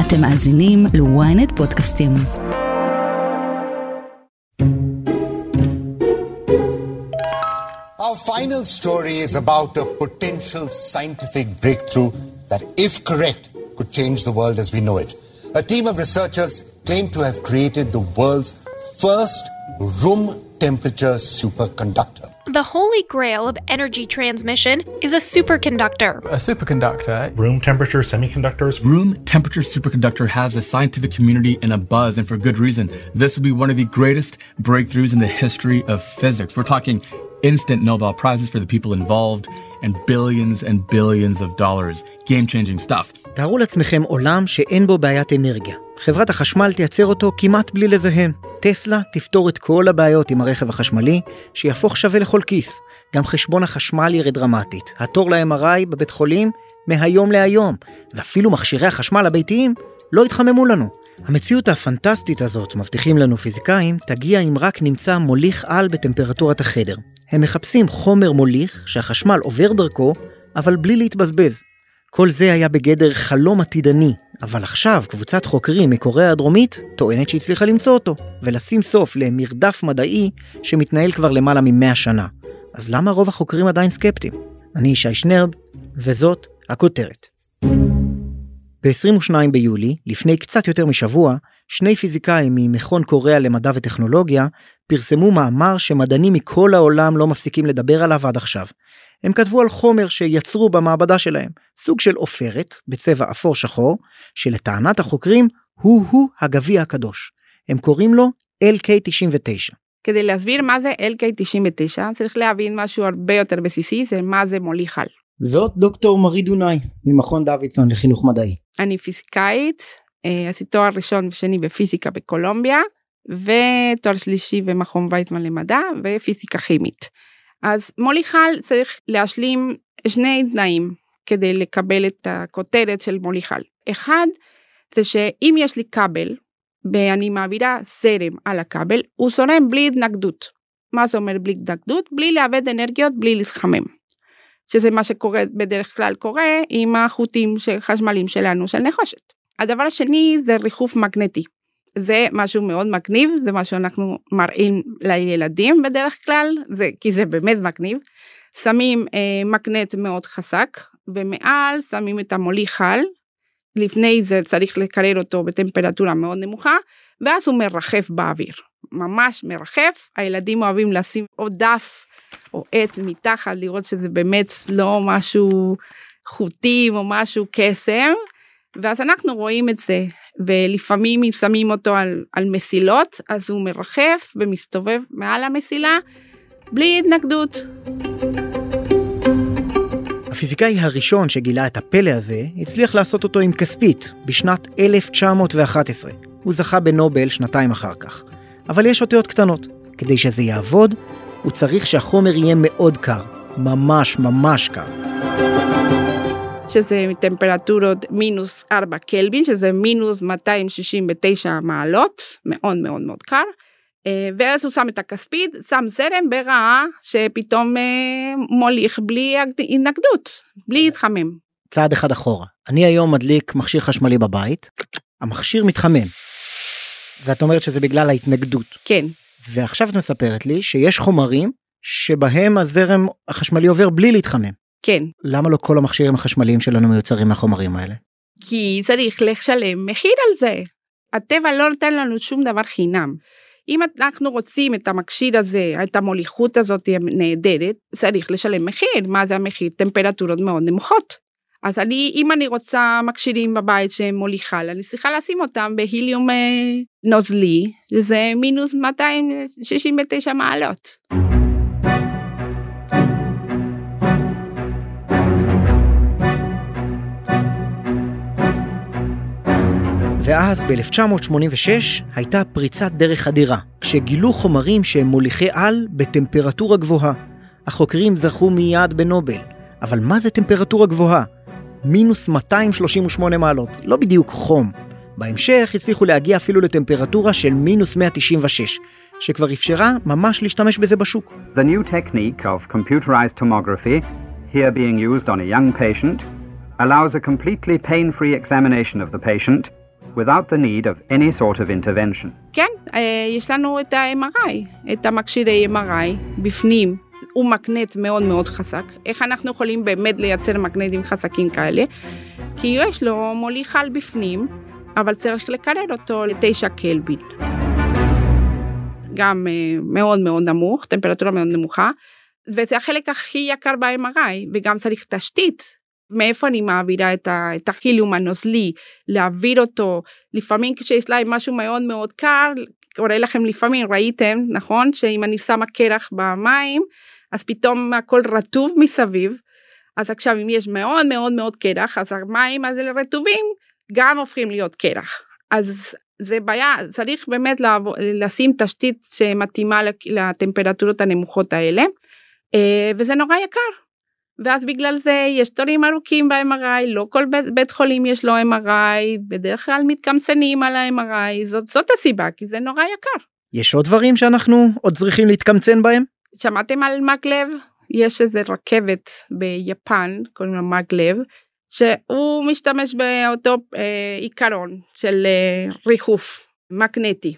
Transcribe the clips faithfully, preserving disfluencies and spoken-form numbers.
אתם מאזינים ל-ynet פודקאסטים. Our final story is about a potential scientific breakthrough that, if correct, could change the world as we know it. A team of researchers claim to have created the world's first room temperature superconductor. The holy grail of energy transmission is a superconductor. A superconductor. Room temperature semiconductors. Room temperature superconductor has a scientific community in a buzz, and for good reason. This will be one of the greatest breakthroughs in the history of physics. We're talking instant Nobel Prizes for the people involved, and billions and billions of dollars. Game-changing stuff. תארו לעצמכם עולם שאין בו בעיית אנרגיה. חברת החשמל תייצר אותו כמעט בלי לזהם. טסלה תפתור את כל הבעיות עם הרכב החשמלי, שיהפוך שווה לכל כיס. גם חשבון החשמל ירד דרמטית. התור ל-אם אר איי בבית חולים מהיום להיום. ואפילו מכשירי החשמל הביתיים לא יתחממו לנו. המציאות הפנטסטית הזאת, מבטיחים לנו פיזיקאים, תגיע אם רק נמצא מוליך על בטמפרטורת החדר. הם מחפשים חומר מוליך שהחשמל עובר דרכו, אבל בלי להתבזבז. כל זה היה בגדר חלום עתידני, אבל עכשיו קבוצת חוקרים מקוריאה הדרומית טוענת שהצליחה למצוא אותו, ולשים סוף למרדף מדעי שמתנהל כבר למעלה ממאה שנה. אז למה רוב החוקרים עדיין סקפטיים? אני ישי שנרב, וזאת הכותרת. ב-עשרים ושניים ביולי, לפני קצת יותר משבוע, שני פיזיקאים ממכון קוריאה למדע וטכנולוגיה פרסמו מאמר שמדענים מכל העולם לא מפסיקים לדבר עליו עד עכשיו. הם כתבו על חומר שיצרו במעבדה שלהם, סוג של עופרת בצבע אפור שחור, שלטענת החוקרים הוא-הוא הגביע הקדוש. הם קוראים לו אל קיי תשעים ותשע. כדי להסביר מה זה אל קיי תשעים ותשע, צריך להבין משהו הרבה יותר בסיסי, זה מה זה מוליך על. זאת דוקטור מרי דונאי, ממכון דוידסון לחינוך מדעי. אני פיזיקאית, עשיתי תואר ראשון ושני בפיזיקה בקולומביה, ותואר שלישי במכון ויצמן למדע, ופיזיקה כימית. אז מוליך על צריך להשלים שני תנאים, כדי לקבל את הכותרת של מוליך על. אחד, זה שאם יש לי כבל, ואני מעבירה זרם על הכבל, הוא זורם בלי התנגדות. מה זה אומר בלי התנגדות? בלי לאבד אנרגיות, בלי להתחמם. שזה מה שקורה, בדרך כלל קורה עם החוטים חשמליים שלנו של נחושת. הדבר השני זה ריחוף מגנטי. זה משהו מאוד מגניב, זה מה שאנחנו מראים לילדים בדרך כלל, זה, כי זה באמת מגניב. שמים אה, מגנט מאוד חזק, ומעל שמים את המוליך על, לפני זה צריך לקרר אותו בטמפרטורה מאוד נמוכה, ואז הוא מרחף באוויר. ממש מרחף, הילדים אוהבים לשים או דף, או עט מתחת, לראות שזה באמת לא משהו חוטים או משהו קסם, ואז אנחנו רואים את זה, ולפעמים אם שמים אותו על, על מסילות, אז הוא מרחף ומסתובב מעל המסילה, בלי התנגדות. הפיזיקאי הראשון שגילה את הפלא הזה, הצליח לעשות אותו עם כספית, בשנת אלף תשע מאות ואחת עשרה. הוא זכה בנובל שנתיים אחר כך. אבל יש אותיות קטנות. כדי שזה יעבוד, הוא צריך שהחומר יהיה מאוד קר. ממש ממש קר. שזה טמפרטורות מינוס ארבע קלווין, שזה מינוס מאתיים שישים ותשע מעלות, מאוד מאוד מאוד קר, ואז הוא שם את הכספית, שם זרם ברעה, שפתאום מוליך בלי התנגדות, בלי להתחמם. צעד אחד אחורה, אני היום מדליק מכשיר חשמלי בבית, המכשיר מתחמם, ואת אומרת שזה בגלל ההתנגדות. כן. ועכשיו את מספרת לי שיש חומרים, שבהם הזרם החשמלי עובר בלי להתחמם. כן. למה לא כל המכשירים החשמליים שלנו מיוצרים מהחומרים האלה? כי צריך לשלם מחיר על זה. הטבע לא נותן לנו שום דבר חינם. אם אנחנו רוצים את המכשיר הזה, את המוליכות הזאת נהדרת, צריך לשלם מחיר. מה זה המחיר? טמפרטורות מאוד נמוכות. אז אני, אם אני רוצה מכשירים בבית שהם מוליכה, אני צריכה לשים אותם בהיליום נוזלי, שזה מינוס מאתיים שישים ותשע מעלות. ואז ב-אלף תשע מאות שמונים ושש הייתה פריצת דרך אדירה, כשגילו חומרים שהם מוליכי על בטמפרטורה גבוהה. החוקרים זכו מיד בנובל. אבל מה זה טמפרטורה גבוהה? מינוס מאתיים שלושים ושמונה מעלות, לא בדיוק חום. בהמשך הצליחו להגיע אפילו לטמפרטורה של מינוס מאה תשעים ושש, שכבר אפשרה ממש להשתמש בזה בשוק. The new technique of computerized tomography, here being used on a young patient, allows a completely pain-free examination of the patient without the need of any sort of intervention. כן, יש לנו את ה-אם אר איי, את המכשירי אם אר איי בפנים. הוא מגנט מאוד מאוד חזק. איך אנחנו יכולים באמת לייצר מגנטים חזקים כאלה? כי יש לו מוליכל בפנים, אבל צריך לקרר אותו לתשע קלווין. גם מאוד מאוד נמוך, טמפרטורה מאוד נמוכה, וזה החלק הכי יקר ב-אם אר איי, וגם צריך תשתית. מאיפה אני מעבירה את, ה, את החיליום הנוזלי, להעביר אותו, לפעמים כשיש להם משהו מאוד מאוד קר, קורא לכם לפעמים, ראיתם, נכון? שאם אני שמה קרח במים, אז פתאום הכל רטוב מסביב, אז עכשיו אם יש מאוד מאוד מאוד קרח, אז המים הזה רטובים, גם הופכים להיות קרח. אז זה בעיה, צריך באמת לשים תשתית שמתאימה לטמפרטורות הנמוכות האלה, וזה נורא יקר. ואז בגלל זה יש תורים ארוכים ב-אם אר איי, לא כל בית, בית חולים יש לו אם אר איי, בדרך כלל מתקמצנים על ה-אם אר איי, זאת, זאת הסיבה, כי זה נורא יקר. יש עוד דברים שאנחנו עוד צריכים להתקמצן בהם? שמעתם על מגלב? יש איזה רכבת ביפן, קוראים לה מגלב, שהוא משתמש באותו אה, עיקרון של אה, ריחוף מגנטי.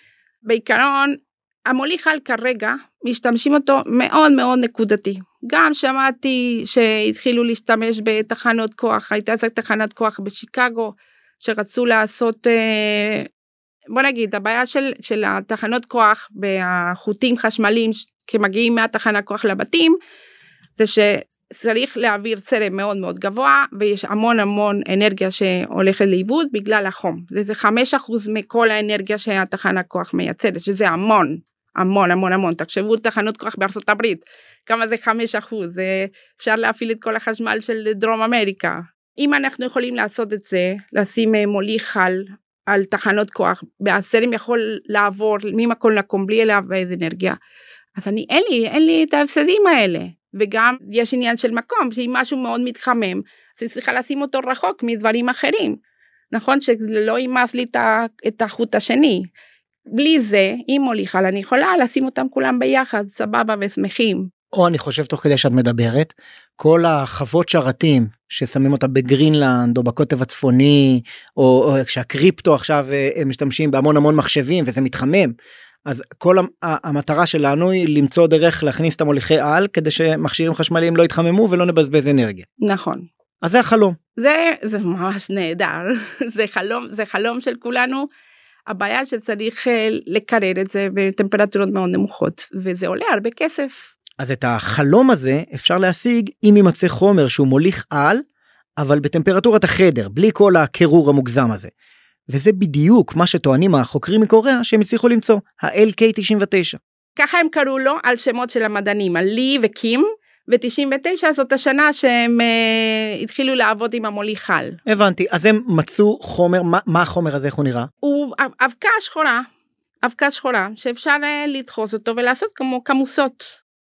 בעיקרון, המוליכל כרגע משתמשים אותו מאוד מאוד נקודתי. גם שמעתי שהתחילו להשתמש בתחנות כוח, הייתה איזו תחנת כוח בשיקגו, שרצו לעשות, אה, בוא נגיד, הבעיה של, של התחנות כוח בחוטים חשמליים, כמגיעים מהתחנת כוח לבתים, זה שצריך להעביר צרם מאוד מאוד גבוה, ויש המון המון אנרגיה שהולכת לאיבוד בגלל החום. זה חמישה אחוז מכל האנרגיה שהתחנת כוח מייצרת, שזה המון, המון המון המון. תחשבו תחנות כוח בארצות הברית, כמה זה חמישה אחוז, אפשר להפעיל את כל החשמל של דרום אמריקה. אם אנחנו יכולים לעשות את זה, לשים מוליכל על תחנות כוח, והצרם יכול לעבור ממקום למקום בלי להעביר אנרגיה, אז אני, אין לי, אין לי את ההפסדים האלה, וגם יש עניין של מקום, שאם משהו מאוד מתחמם, אז אני צריכה לשים אותו רחוק מדברים אחרים, נכון? שלא ימס לי את החוט השני, בלי זה, אם מוליכל, אני יכולה לשים אותם כולם ביחד, סבבה ושמחים. או אני חושב תוך כדי שאת מדברת, כל החוות שרתים ששמים אותה בגרינלנד או בקוטב הצפוני, או, או כשהקריפטו עכשיו הם משתמשים בהמון המון מחשבים וזה מתחמם, אז כל המטרה שלנו היא למצוא דרך להכניס את המוליכי על, כדי שמכשירים חשמליים לא יתחממו ולא נבזבז אנרגיה. נכון. אז זה החלום. זה, זה ממש נהדר. זה חלום, זה חלום של כולנו. הבעיה שצריך לקרר את זה בטמפרטורות מאוד נמוכות, וזה עולה הרבה כסף. אז את החלום הזה אפשר להשיג אם יימצא חומר שהוא מוליך על, אבל בטמפרטורת החדר, בלי כל הקירור המוגזם הזה. וזה בדיוק מה שטוענים החוקרים מקוריאה שהם הצליחו למצוא, ה-אל קיי תשעים ותשע. ככה הם קראו לו על שמות של המדענים, על לי וקים, ו-תשעים ותשע זאת השנה שהם uh, התחילו לעבוד עם המוליכל. הבנתי, אז הם מצאו חומר, מה, מה החומר הזה, איך הוא נראה? הוא אבקה שחורה, אבקה שחורה, שאפשר uh, לדחוס אותו ולעשות כמו כמוסות.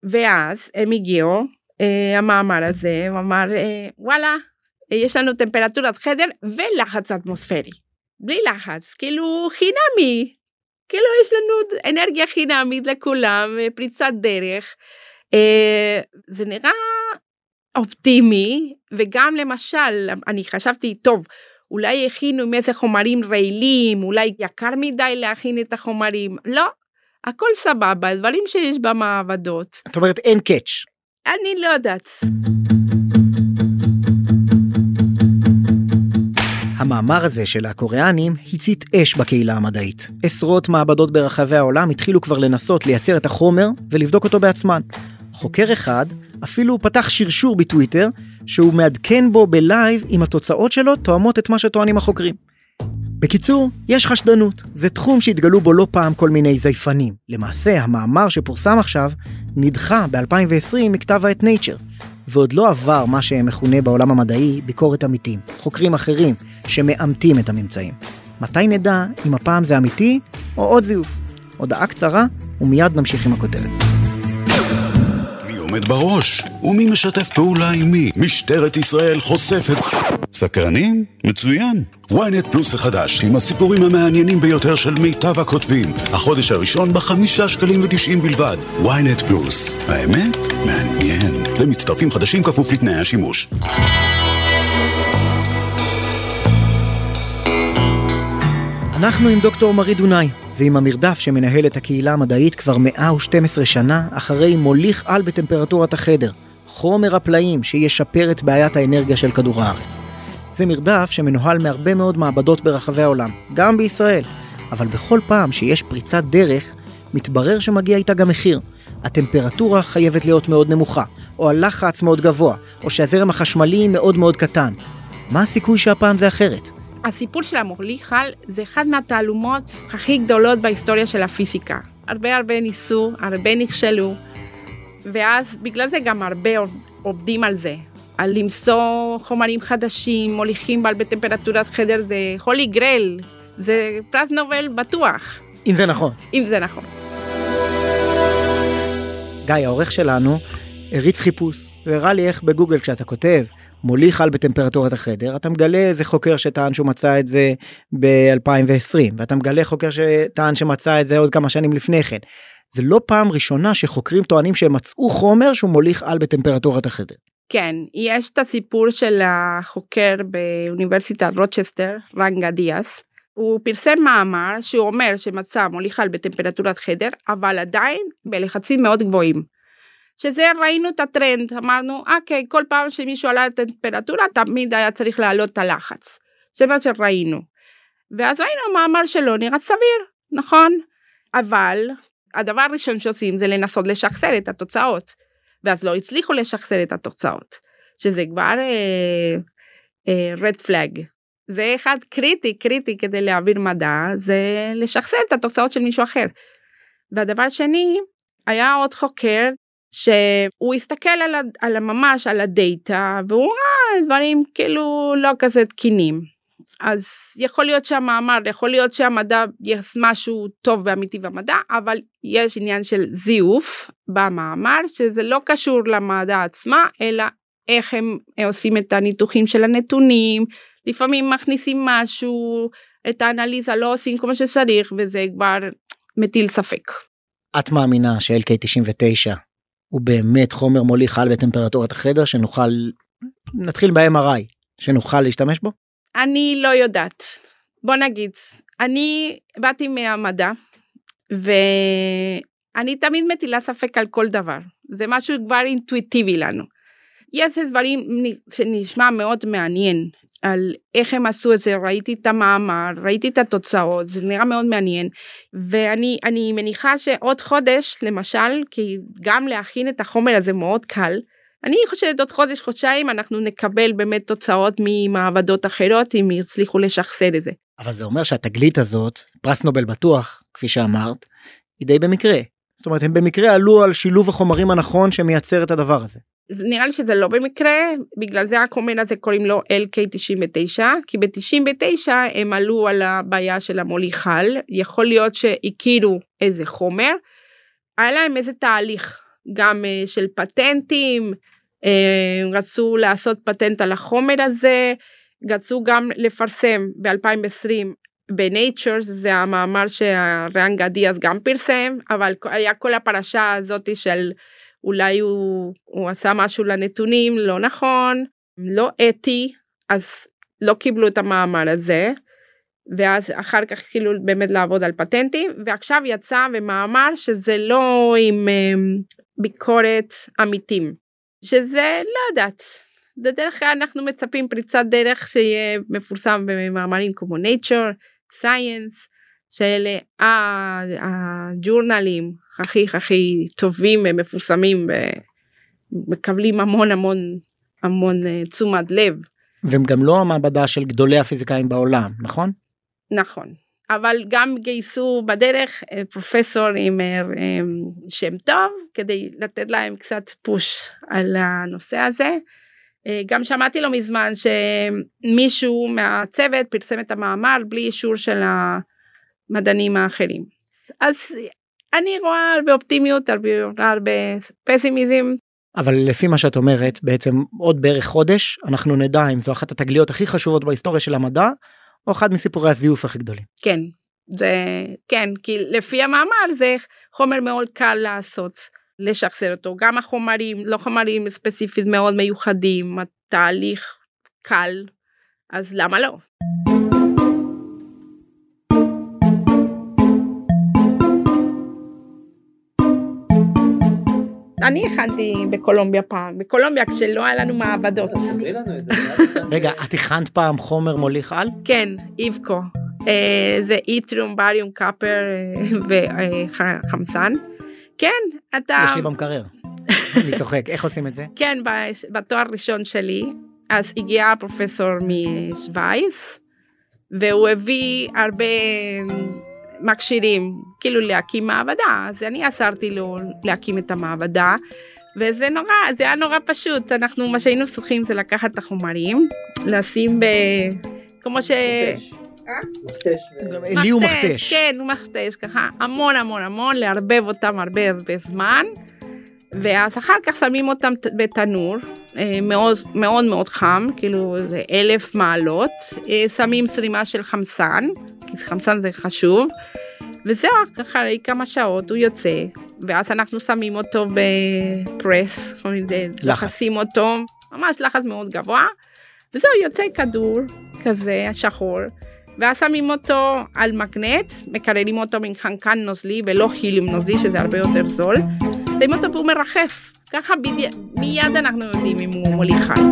ואז הם הגיעו, uh, המאמר הזה, הוא אמר, uh, וואלה, uh, יש לנו טמפרטורת חדר ולחץ אטמוספרי. בלי לחץ, כאילו חינמי, כאילו יש לנו אנרגיה חינמית לכולם, פריצת דרך, אה, זה נראה אופטימי, וגם למשל, אני חשבתי, טוב, אולי הכינו עם איזה חומרים רעילים, אולי יקר מדי להכין את החומרים, לא, הכל סבבה, דברים שיש במעבדות. את אומרת אין קאץ'. אני לא יודעת. המאמר הזה של הקוריאנים הצית אש בקהילה המדעית. עשרות מעבדות ברחבי העולם התחילו כבר לנסות לייצר את החומר ולבדוק אותו בעצמן. חוקר אחד אפילו פתח שרשור בטוויטר שהוא מעדכן בו בלייב אם התוצאות שלו תואמות את מה שטוענים החוקרים. בקיצור, יש חשדנות. זה תחום שהתגלו בו לא פעם כל מיני זייפנים. למעשה, המאמר שפורסם עכשיו נדחה ב-אלפיים ועשרים מכתב העת Nature. ועוד לא עבר מה שמכונה בעולם המדעי ביקורת עמיתים, חוקרים אחרים שמאמתים את הממצאים. מתי נדע אם הפעם זה אמיתי או עוד זיוף? הודעה קצרה ומיד נמשיך עם הכותרת. מי עומד בראש? ומי משתף פעולה עם מי? משטרת ישראל חושפת. סקרנים? מצוין. ynet פלוס החדש עם הסיפורים המעניינים ביותר של מיטב הכותבים. החודש הראשון בחמישה שקלים ותשעים בלבד. ynet פלוס. האמת? מעניין. למצטרפים חדשים כפוף לתנאי השימוש. אנחנו עם דוקטור מרי דונאי, ועם המרדף שמנהל את הקהילה המדעית כבר מאה ושתים עשרה שנה, אחרי מוליך על בטמפרטורת החדר, חומר הפלאים שישפר את בעיית האנרגיה של כדור הארץ. זה מרדף שמנוהל מהרבה מאוד מעבדות ברחבי העולם, גם בישראל, אבל בכל פעם שיש פריצת דרך, מתברר שמגיע איתה גם מחיר. הטמפרטורה חייבת להיות מאוד נמוכה, או הלחץ מאוד גבוה, או שהזרם החשמלי מאוד מאוד קטן. מה הסיכוי שהפעם זה אחרת? הסיפור של המוליך על זה אחד מהתעלומות הכי גדולות בהיסטוריה של הפיזיקה. הרבה הרבה ניסו, הרבה נכשלו, ואז בגלל זה גם הרבה עובדים על זה. על למצוא חומרים חדשים, מוליכים בעל בטמפרטורת חדר, זה הולי גרייל, זה פרס נובל בטוח. אם זה נכון. אם זה נכון. גיא, העורך שלנו, הריץ חיפוש, והראה לי איך בגוגל כשאתה כותב, מוליך על בטמפרטורת החדר, אתה מגלה איזה חוקר שטען שהוא מצא את זה ב-אלפיים ועשרים, ואתה מגלה חוקר שטען שמצא את זה עוד כמה שנים לפני כן. זה לא פעם ראשונה שחוקרים טוענים שהם מצאו חומר שהוא מוליך על בטמפרטורת החדר. כן, יש את הסיפור של החוקר באוניברסיטת רוצ'סטר, רנגה דיאס. הוא פרסם מאמר שהוא אומר שמצא מוליך על בטמפרטורת חדר, אבל עדיין בלחצים מאוד גבוהים. שזה ראינו את הטרנד, אמרנו, אוקיי, כל פעם שמישהו עלה את הטמפרטורה, תמיד היה צריך לעלות את הלחץ. זה מה שראינו. ואז ראינו מאמר שלו, נראה סביר, נכון? אבל הדבר הראשון שעושים זה לנסות לשחזר את התוצאות. ואז לא הצליחו לשחזר את התוצאות. שזה כבר אה, אה, red flag. זה אחד קריטי, קריטי כדי להעביר מדע, זה לשחזר את התוצאות של מישהו אחר. והדבר שני, היה עוד חוקר, שהוא הסתכל על, על ממש על הדאטה, והוא ראה דברים כאילו לא כזה תקינים. אז יכול להיות שהמאמר, יכול להיות שהמדע יש משהו טוב ואמיתי במדע, אבל יש עניין של זיוף במאמר, שזה לא קשור למדע עצמה, אלא איך הם עושים את הניתוחים של הנתונים, לפעמים מכניסים משהו, את האנליזה לא עושים כמו שצריך, וזה כבר מטיל ספק. את מאמינה ש-אל קיי תשעים ותשע הוא באמת חומר מוליך על בטמפרטורת החדר, שנוכל, נתחיל ב-אם אר איי, שנוכל להשתמש בו? אני לא יודעת. בוא נגיד, אני באתי מהמדע, ואני תמיד מטילה ספק על כל דבר. זה משהו כבר אינטואיטיבי לנו. יש דברים שנשמע מאוד מעניין, על איך הם עשו את זה, ראיתי את המאמר, ראיתי את התוצאות, זה נראה מאוד מעניין, ואני אני מניחה שעוד חודש, למשל, כי גם להכין את החומר הזה מאוד קל, אני חושבת עוד חודש, חודשיים, אנחנו נקבל באמת תוצאות ממעבדות אחרות, אם יצליחו לשחזר את זה. אבל זה אומר שהתגלית הזאת, פרס נובל בטוח, כפי שאמרת, היא די במקרה. זאת אומרת, הם במקרה עלו על שילוב החומרים הנכון שמייצר את הדבר הזה. נראה לי שזה לא במקרה, בגלל זה החומר הזה קוראים לו אל קיי תשעים ותשע, כי ב-תשעים ותשע הם עלו על הבעיה של המוליך על, יכול להיות שהכירו איזה חומר, היה להם איזה תהליך, גם uh, של פטנטים, uh, רצו לעשות פטנט על החומר הזה, רצו גם לפרסם ב-אלפיים ועשרים ב-Nature, זה המאמר שרנגה דיאס גם פרסם, אבל היה כל הפרשה הזאת של אולי הוא, הוא עשה משהו לנתונים לא נכון, לא אתי, אז לא קיבלו את המאמר הזה, ואז אחר כך התחילו באמת לעבוד על פטנטים, ועכשיו יצא במאמר שזה לא עם um, ביקורת אמיתים, שזה לא יודעת, בדרך כלל אנחנו מצפים פריצת דרך שיהיה מפורסם במאמרים כמו Nature, Science, שאלה הג'ורנלים הכי הכי טובים ומפורסמים ומקבלים המון המון המון תשומת לב. והם גם לא המעבדה של גדולי הפיזיקאים בעולם, נכון? נכון, אבל גם גייסו בדרך פרופסור עם שם טוב, כדי לתת להם קצת פוש על הנושא הזה. גם שמעתי לו מזמן שמישהו מהצוות פרסם את המאמר בלי אישור של המדענים האחרים. אז אני רואה הרבה אופטימיות, הרבה, הרבה פסימיזם. אבל לפי מה שאת אומרת, בעצם עוד בערך חודש, אנחנו נדע אם זו אחת התגליות הכי חשובות בהיסטוריה של המדע, או אחד מסיפורי הזיוף הכי גדולים. כן, זה, כן, כי לפי המאמר זה חומר מאוד קל לעשות, לשחזר אותו. גם החומרים, לא חומרים ספציפית מאוד מיוחדים, התהליך קל, אז למה לא? אני הכנתי בקולומביה פעם, בקולומביה כשלא היה לנו מעבדות. רגע, את הכנת פעם חומר מוליך על? כן, איבקו. זה איטריום, בריום, קאפר וחמצן. כן, אתה... יש לי במקרר. אני צוחק, איך עושים את זה? כן, בתואר ראשון שלי, אז הגיע פרופסור משוויץ, והוא הביא הרבה מכשירים, כאילו להקים מעבדה, אז אני עזרתי לו להקים את המעבדה, וזה נורא, זה היה נורא פשוט, אנחנו, מה שהיינו צריכים זה לקחת את החומרים, לשים ב... כמו ש... לי הוא מכתש. כן, הוא מכתש, ככה, המון המון המון, לערבב אותם הרבה הרבה זמן, ואז אחר כך שמים אותם בתנור, מאוד מאוד מאוד חם, כאילו זה אלף מעלות, שמים צרימה של חמצן, כי חמצן זה חשוב, וזהו, ככה כמה שעות הוא יוצא, ואז אנחנו שמים אותו בפרס, לחסים אותו, ממש לחץ מאוד גבוה, וזהו, יוצא כדור כזה שחור, ואז שמים אותו על מגנט, מקררים אותו מן חנקן נוזלי ולא היליום נוזלי, שזה הרבה יותר זול, שמים אותו והוא מרחף, ככה ביד... מיד אנחנו יודעים אם הוא מוליך חי.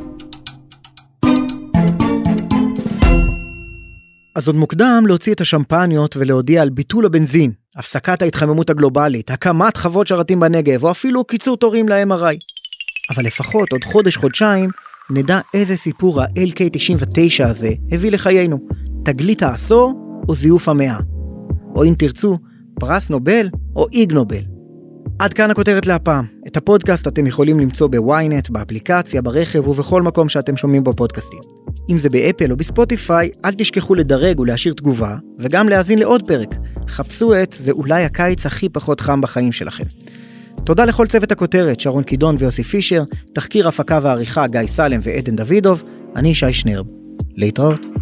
אז עוד מוקדם להוציא את השמפניות ולהודיע על ביטול הבנזין, הפסקת ההתחממות הגלובלית, הקמת חוות שרתים בנגב, או אפילו קיצור תורים ל-אם אר איי. אבל לפחות עוד חודש-חודשיים נדע איזה סיפור ה-אל קיי תשעים ותשע הזה הביא לחיינו, תגלית העשור או זיוף המאה. או אם תרצו, פרס נובל או איג נובל. עד כאן הכותרת להפעם. את הפודקאסט אתם יכולים למצוא בוויינט, באפליקציה, ברכב ובכל מקום שאתם שומעים בו פודקאסטים. אם זה באפל או בספוטיפיי, אל תשכחו לדרג ולהשאיר תגובה, וגם להאזין לעוד פרק. חפשו את זה אולי הקיץ הכי פחות חם בחיים שלכם. תודה לכל צוות הכותרת, שרון קידון ויוסי פישר, תחקיר הפקה ועריכה גיא סלם ועדן דוידוב, אני שי שנרב. להתראות.